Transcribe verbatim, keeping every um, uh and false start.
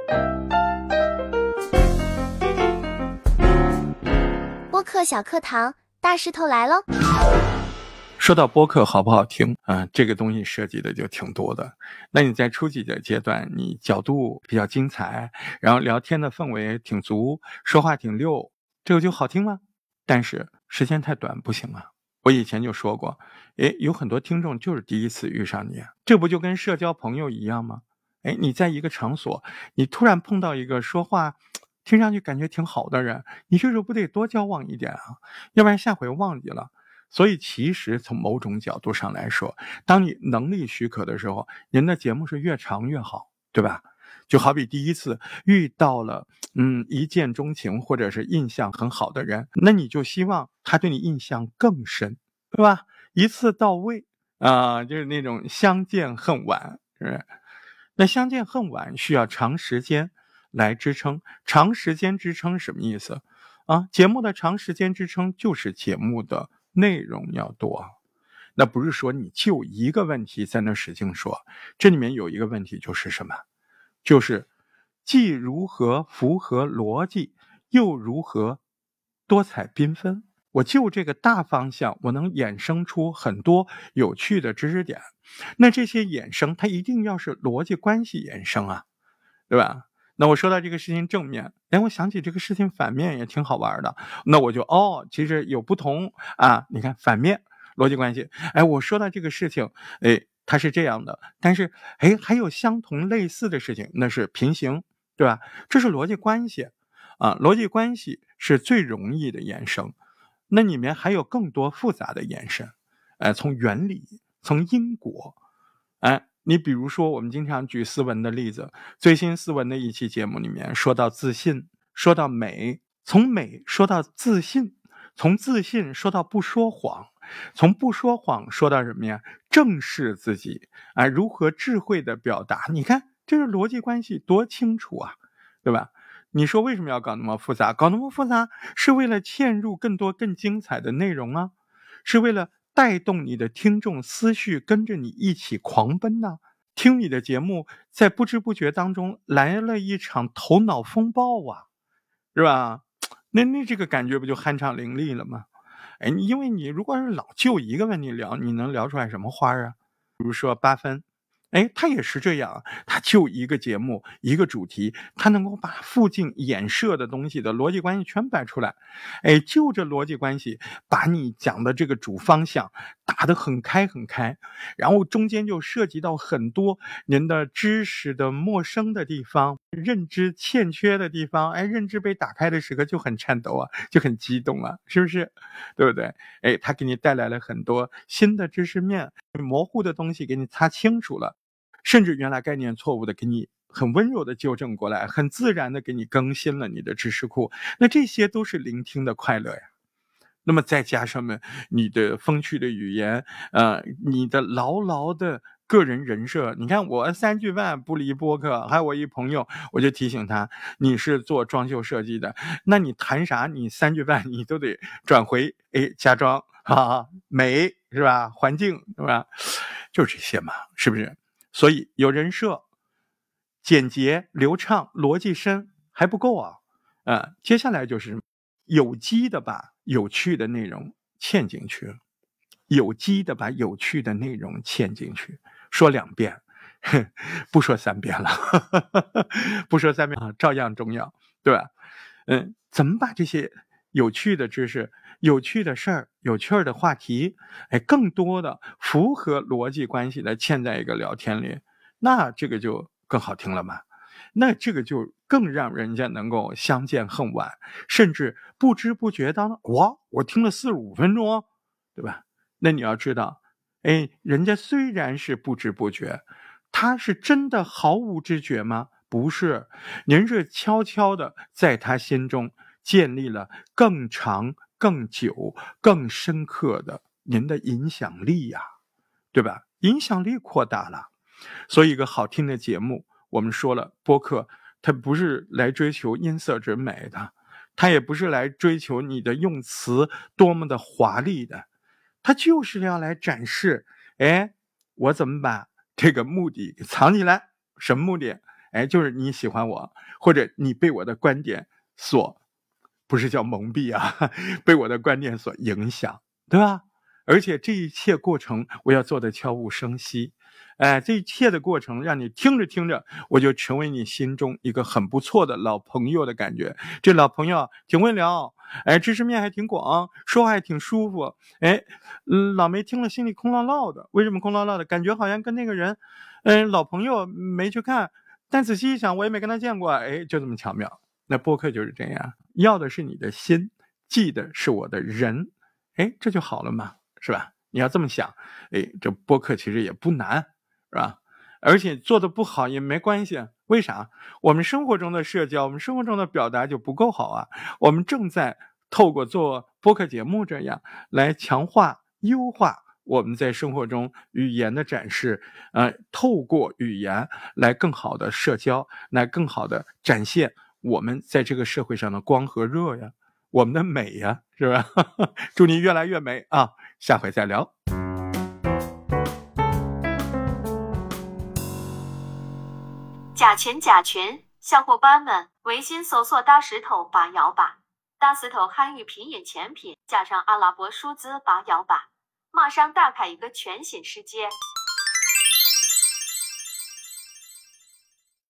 播客小课堂，大石头来喽！ 说到播客好不好听啊、呃，这个东西涉及的就挺多的。那你在初级的阶段，你角度比较精彩，然后聊天的氛围挺足，说话挺溜，这个就好听吗？但是时间太短不行啊。我以前就说过，诶，有很多听众就是第一次遇上你，这不就跟社交朋友一样吗？诶，你在一个场所，你突然碰到一个说话听上去感觉挺好的人，你这时候不得多交往一点啊，要不然下回忘记了。所以其实从某种角度上来说，当你能力许可的时候，您的节目是越长越好，对吧？就好比第一次遇到了嗯一见钟情或者是印象很好的人，那你就希望他对你印象更深，对吧？一次到位啊、呃，就是那种相见恨晚，是不是？那相见恨晚需要长时间来支撑，长时间支撑什么意思啊？节目的长时间支撑就是节目的内容要多，那不是说你就一个问题在那使劲说，这里面有一个问题就是什么？就是既如何符合逻辑，又如何多彩缤纷。我就这个大方向，我能衍生出很多有趣的知识点。那这些衍生，它一定要是逻辑关系衍生啊，对吧？那我说到这个事情正面，哎，我想起这个事情反面也挺好玩的。那我就哦，其实有不同啊。你看反面逻辑关系，哎，我说到这个事情，哎，它是这样的，但是哎，还有相同类似的事情，那是平行，对吧？这是逻辑关系啊，逻辑关系是最容易的延伸，那里面还有更多复杂的延伸，哎，从原理，从因果，哎。你比如说我们经常举斯文的例子，最新斯文的一期节目里面说到自信，说到美，从美说到自信，从自信说到不说谎，从不说谎说到什么呀？正视自己啊，如何智慧的表达。你看这个逻辑关系多清楚啊，对吧？你说为什么要搞那么复杂？搞那么复杂是为了嵌入更多更精彩的内容啊，是为了带动你的听众思绪跟着你一起狂奔呢、啊。听你的节目在不知不觉当中来了一场头脑风暴啊，是吧？那那这个感觉不就酣畅淋漓了吗？哎，因为你如果是老就一个问题聊，你能聊出来什么花啊？比如说八分，哎，他也是这样，他就一个节目一个主题，他能够把附近衍射的东西的逻辑关系全摆出来，哎，就这逻辑关系把你讲的这个主方向打得很开很开，然后中间就涉及到很多人的知识的陌生的地方，认知欠缺的地方，哎，认知被打开的时刻就很颤抖啊，就很激动啊，是不是？对不对？哎，他给你带来了很多新的知识面，模糊的东西给你擦清楚了，甚至原来概念错误的给你很温柔的纠正过来，很自然的给你更新了你的知识库，那这些都是聆听的快乐呀。那么再加上呢，你的风趣的语言，呃，你的牢牢的个人人设，你看我三句半不离播客，还有我一朋友，我就提醒他，你是做装修设计的，那你谈啥，你三句半你都得转回，哎，家装啊，美是吧？环境是吧？就这些嘛，是不是？所以有人设，简洁流畅，逻辑深还不够啊，呃，接下来就是有机的把有趣的内容嵌进去，有机的把有趣的内容嵌进去，说两遍，不说三遍了，不说三遍啊，照样重要，对吧？嗯，怎么把这些有趣的知识、有趣的事儿、有趣的话题，哎，更多的符合逻辑关系的嵌在一个聊天里，那这个就更好听了嘛。那这个就更让人家能够相见恨晚，甚至不知不觉当哇，我听了四十五分钟哦，对吧？那你要知道，哎，人家虽然是不知不觉，他是真的毫无知觉吗？不是，您是悄悄的在他心中建立了更长、更久、更深刻的您的影响力呀、啊，对吧？影响力扩大了，所以一个好听的节目，我们说了，播客它不是来追求音色之美的，它也不是来追求你的用词多么的华丽的，它就是要来展示，哎，我怎么把这个目的给藏起来？什么目的？ 哎，就是你喜欢我，或者你被我的观点所，不是叫蒙蔽啊，被我的观点所影响，对吧？而且这一切过程我要做的悄无声息，哎，这一切的过程让你听着听着，我就成为你心中一个很不错的老朋友的感觉。这老朋友挺会聊，哎，知识面还挺广，说话还挺舒服，哎，嗯，老梅听了心里空落落的。为什么空落落的？感觉好像跟那个人，嗯，老朋友没去看，但仔细一想，我也没跟他见过，哎，就这么巧妙。那播客就是这样，要的是你的心，记的是我的人，哎，这就好了嘛。是吧？你要这么想，哎，这播客其实也不难，是吧？而且做的不好也没关系，为啥？我们生活中的社交，我们生活中的表达就不够好啊。我们正在透过做播客节目这样来强化、优化我们在生活中语言的展示，呃，透过语言来更好的社交，来更好的展现我们在这个社会上的光和热呀。我们的美呀，是吧？祝你越来越美啊！下回再聊。 甲醛甲醛，小伙伴们，微信搜索大石头八幺八，大石头汉语拼音全拼加上阿拉伯数字八幺八，马上打开一个全新世界。